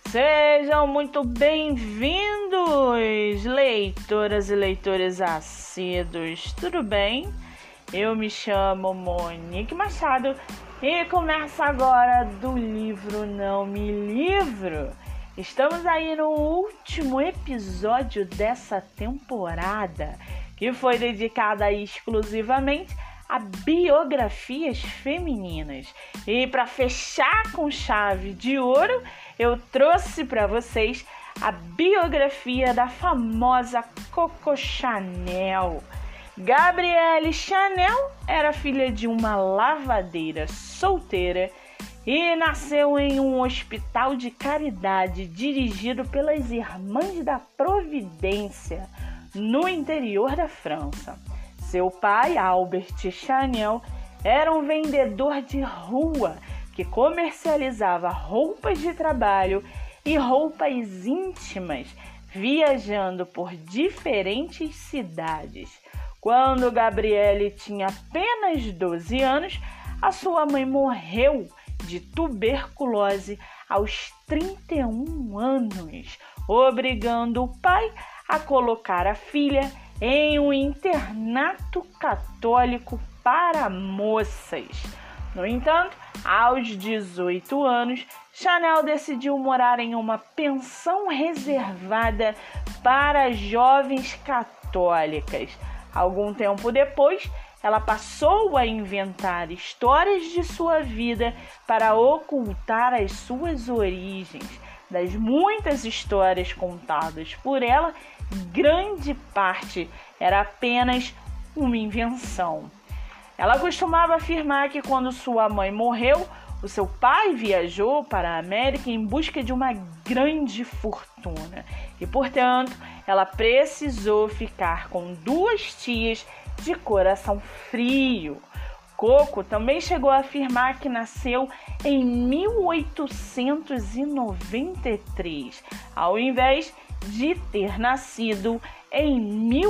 Sejam muito bem-vindos, leitoras e leitores assíduos, tudo bem? Eu me chamo Monique Machado e começa agora do livro Não Me Livro. Estamos aí no último episódio dessa temporada, que foi dedicada exclusivamente a biografias femininas. E para fechar com chave de ouro, eu trouxe para vocês a biografia da famosa Coco Chanel. Gabrielle Chanel era filha de uma lavadeira solteira e nasceu em um hospital de caridade dirigido pelas Irmãs da Providência, no interior da França. Seu pai, Albert Chanel, era um vendedor de rua que comercializava roupas de trabalho e roupas íntimas, viajando por diferentes cidades. Quando Gabrielle tinha apenas 12 anos, a sua mãe morreu de tuberculose aos 31 anos, obrigando o pai a colocar a filha em um internato católico para moças. No entanto, aos 18 anos, Chanel decidiu morar em uma pensão reservada para jovens católicas. Algum tempo depois, ela passou a inventar histórias de sua vida para ocultar as suas origens. Das muitas histórias contadas por ela, grande parte era apenas uma invenção. Ela costumava afirmar que quando sua mãe morreu, o seu pai viajou para a América em busca de uma grande fortuna e, portanto, ela precisou ficar com duas tias de coração frio. Coco também chegou a afirmar que nasceu em 1893, ao invés de ter nascido em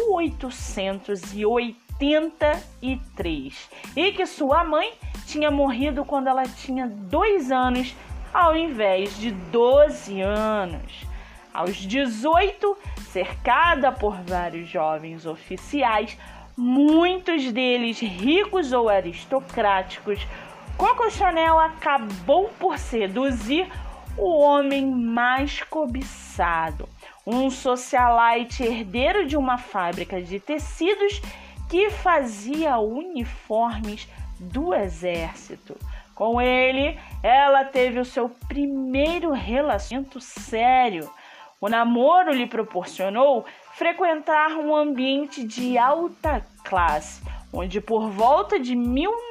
1883, e que sua mãe tinha morrido quando ela tinha 2 anos, ao invés de 12 anos. Aos 18, cercada por vários jovens oficiais, muitos deles ricos ou aristocráticos, Coco Chanel acabou por seduzir o homem mais cobiçado, um socialite herdeiro de uma fábrica de tecidos que fazia uniformes do exército. Com ele, ela teve o seu primeiro relacionamento sério. O namoro lhe proporcionou frequentar um ambiente de alta classe, onde por volta de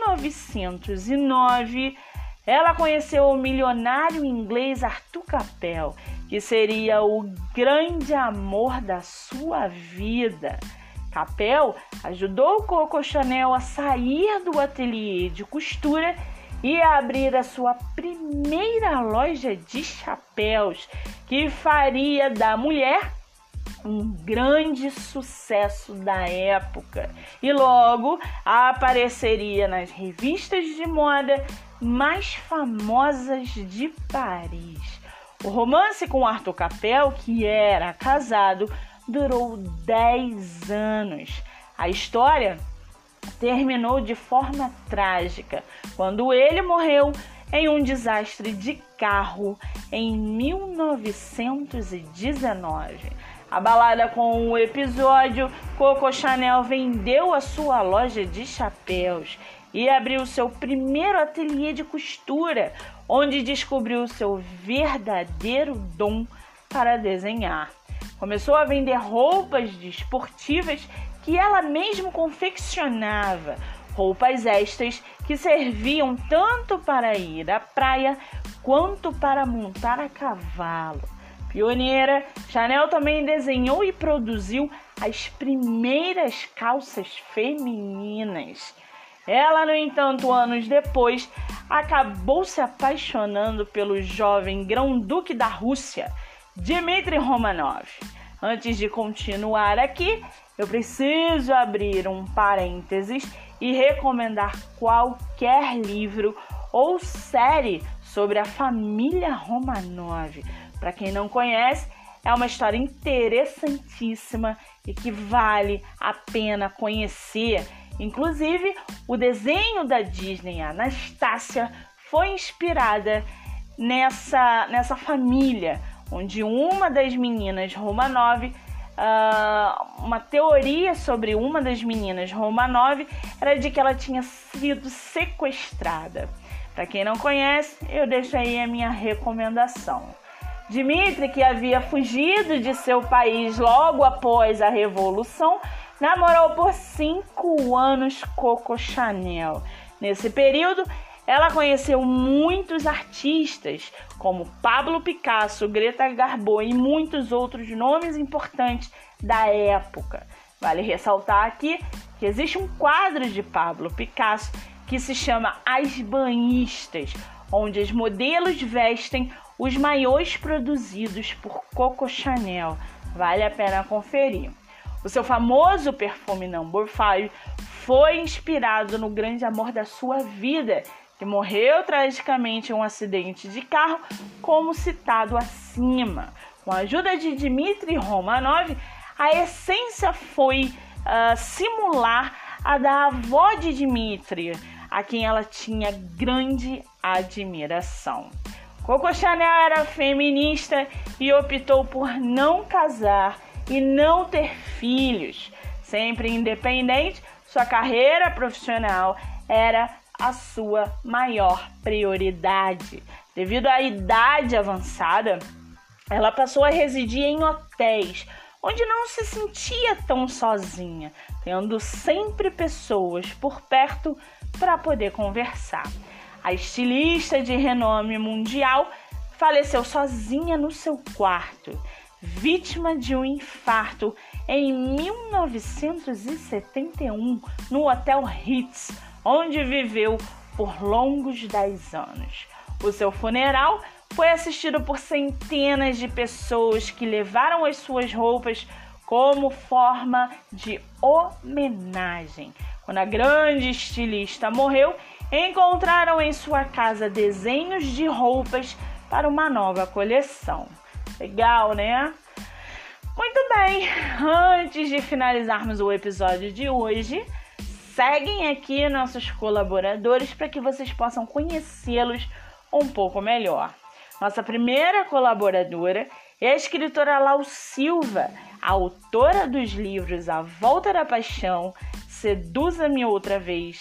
1909 ela conheceu o milionário inglês Arthur Capel, que seria o grande amor da sua vida. Capel ajudou Coco Chanel a sair do ateliê de costura e a abrir a sua primeira loja de chapéus, que faria da mulher um grande sucesso da época e logo apareceria nas revistas de moda mais famosas de Paris. O romance com Arthur Capel, que era casado, durou 10 anos. A história terminou de forma trágica quando ele morreu em um desastre de carro em 1919. Abalada com o episódio, Coco Chanel vendeu a sua loja de chapéus e abriu seu primeiro ateliê de costura, onde descobriu seu verdadeiro dom para desenhar. Começou a vender roupas esportivas que ela mesma confeccionava, roupas estas que serviam tanto para ir à praia quanto para montar a cavalo. Pioneira, Chanel também desenhou e produziu as primeiras calças femininas. Ela, no entanto, anos depois, acabou se apaixonando pelo jovem grão-duque da Rússia, Dmitry Romanov. Antes de continuar aqui, eu preciso abrir um parênteses e recomendar qualquer livro ou série sobre a família Romanov, Para quem não conhece, é uma história interessantíssima e que vale a pena conhecer. Inclusive, o desenho da Disney, Anastácia, foi inspirada nessa família, onde uma das meninas Romanov, uma teoria sobre uma das meninas Romanov era de que ela tinha sido sequestrada. Para quem não conhece, eu deixo aí a minha recomendação. Dmitri, que havia fugido de seu país logo após a Revolução, namorou por 5 anos Coco Chanel. Nesse período, ela conheceu muitos artistas, como Pablo Picasso, Greta Garbo e muitos outros nomes importantes da época. Vale ressaltar aqui que existe um quadro de Pablo Picasso que se chama As Banhistas, onde os modelos vestem os maiôs produzidos por Coco Chanel. Vale a pena conferir. O seu famoso perfume Number 5 foi inspirado no grande amor da sua vida, que morreu tragicamente em um acidente de carro, como citado acima. Com a ajuda de Dmitri Romanov, a essência foi simular a da avó de Dmitri, a quem ela tinha grande admiração. Coco Chanel era feminista e optou por não casar e não ter filhos. Sempre independente, sua carreira profissional era a sua maior prioridade. Devido à idade avançada, ela passou a residir em hotéis, onde não se sentia tão sozinha, tendo sempre pessoas por perto para poder conversar. A estilista de renome mundial faleceu sozinha no seu quarto, vítima de um infarto em 1971 no Hotel Ritz, onde viveu por longos 10 anos. O seu funeral foi assistido por centenas de pessoas que levaram as suas roupas como forma de homenagem. Quando a grande estilista morreu, encontraram em sua casa desenhos de roupas para uma nova coleção. Legal, né? Muito bem, antes de finalizarmos o episódio de hoje, seguem aqui nossos colaboradores para que vocês possam conhecê-los um pouco melhor. Nossa primeira colaboradora é a escritora Lau Silva, autora dos livros A Volta da Paixão, Seduza-me Outra Vez,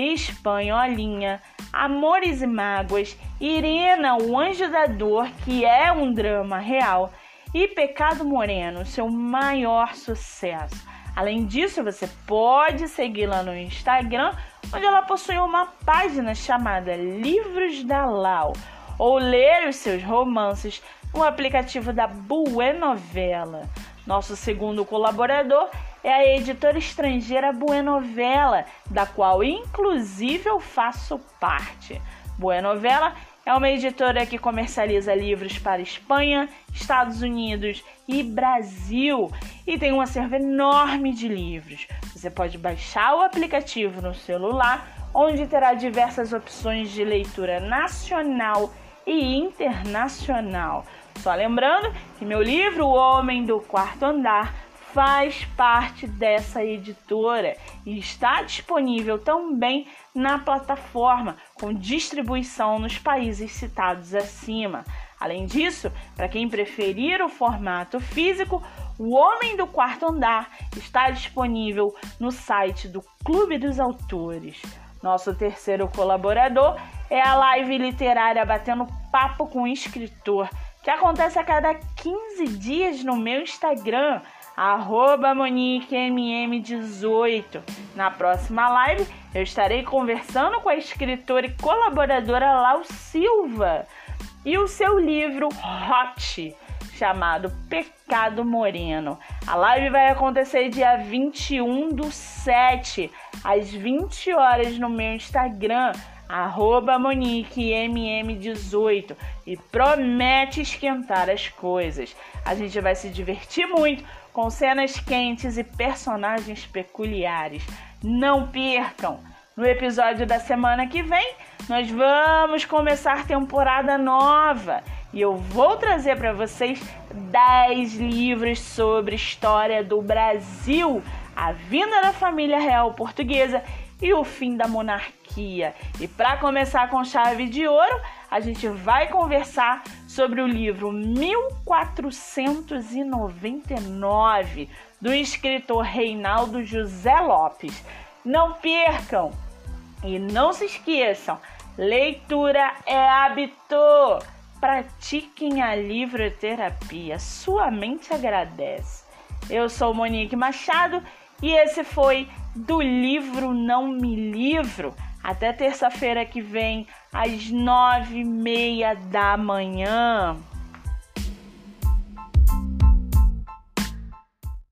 Espanholinha, Amores e Mágoas, Irena, o Anjo da Dor, que é um drama real, e Pecado Moreno, seu maior sucesso. Além disso, você pode segui-la no Instagram, onde ela possui uma página chamada Livros da Lau, ou ler os seus romances no aplicativo da Buenovela. Nosso segundo colaborador é a editora estrangeira Buenovela, da qual inclusive eu faço parte. Buenovela é uma editora que comercializa livros para Espanha, Estados Unidos e Brasil e tem um acervo enorme de livros. Você pode baixar o aplicativo no celular, onde terá diversas opções de leitura nacional e internacional. Só lembrando que meu livro, O Homem do Quarto Andar, faz parte dessa editora e está disponível também na plataforma, com distribuição nos países citados acima. Além disso, para quem preferir o formato físico, O Homem do Quarto Andar está disponível no site do Clube dos Autores. Nosso terceiro colaborador é a live literária Batendo Papo com o Escritor, que acontece a cada 15 dias no meu Instagram, @MoniqueMM18. Na próxima live, eu estarei conversando com a escritora e colaboradora Lau Silva e o seu livro Hot, chamado Pecado Moreno. A live vai acontecer dia 21/7, às 20 horas no meu Instagram, @MoniqueMM18, e promete esquentar as coisas. A gente vai se divertir muito com cenas quentes e personagens peculiares. Não percam! No episódio da semana que vem, nós vamos começar temporada nova e eu vou trazer para vocês 10 livros sobre história do Brasil, a vinda da família real portuguesa e o fim da monarquia. E para começar com chave de ouro, a gente vai conversar sobre o livro 1499, do escritor Reinaldo José Lopes. Não percam e não se esqueçam, leitura é hábito. Pratiquem a livroterapia, sua mente agradece. Eu sou Monique Machado e esse foi do livro Não Me Livro. Até terça-feira que vem, às 9h30 da manhã.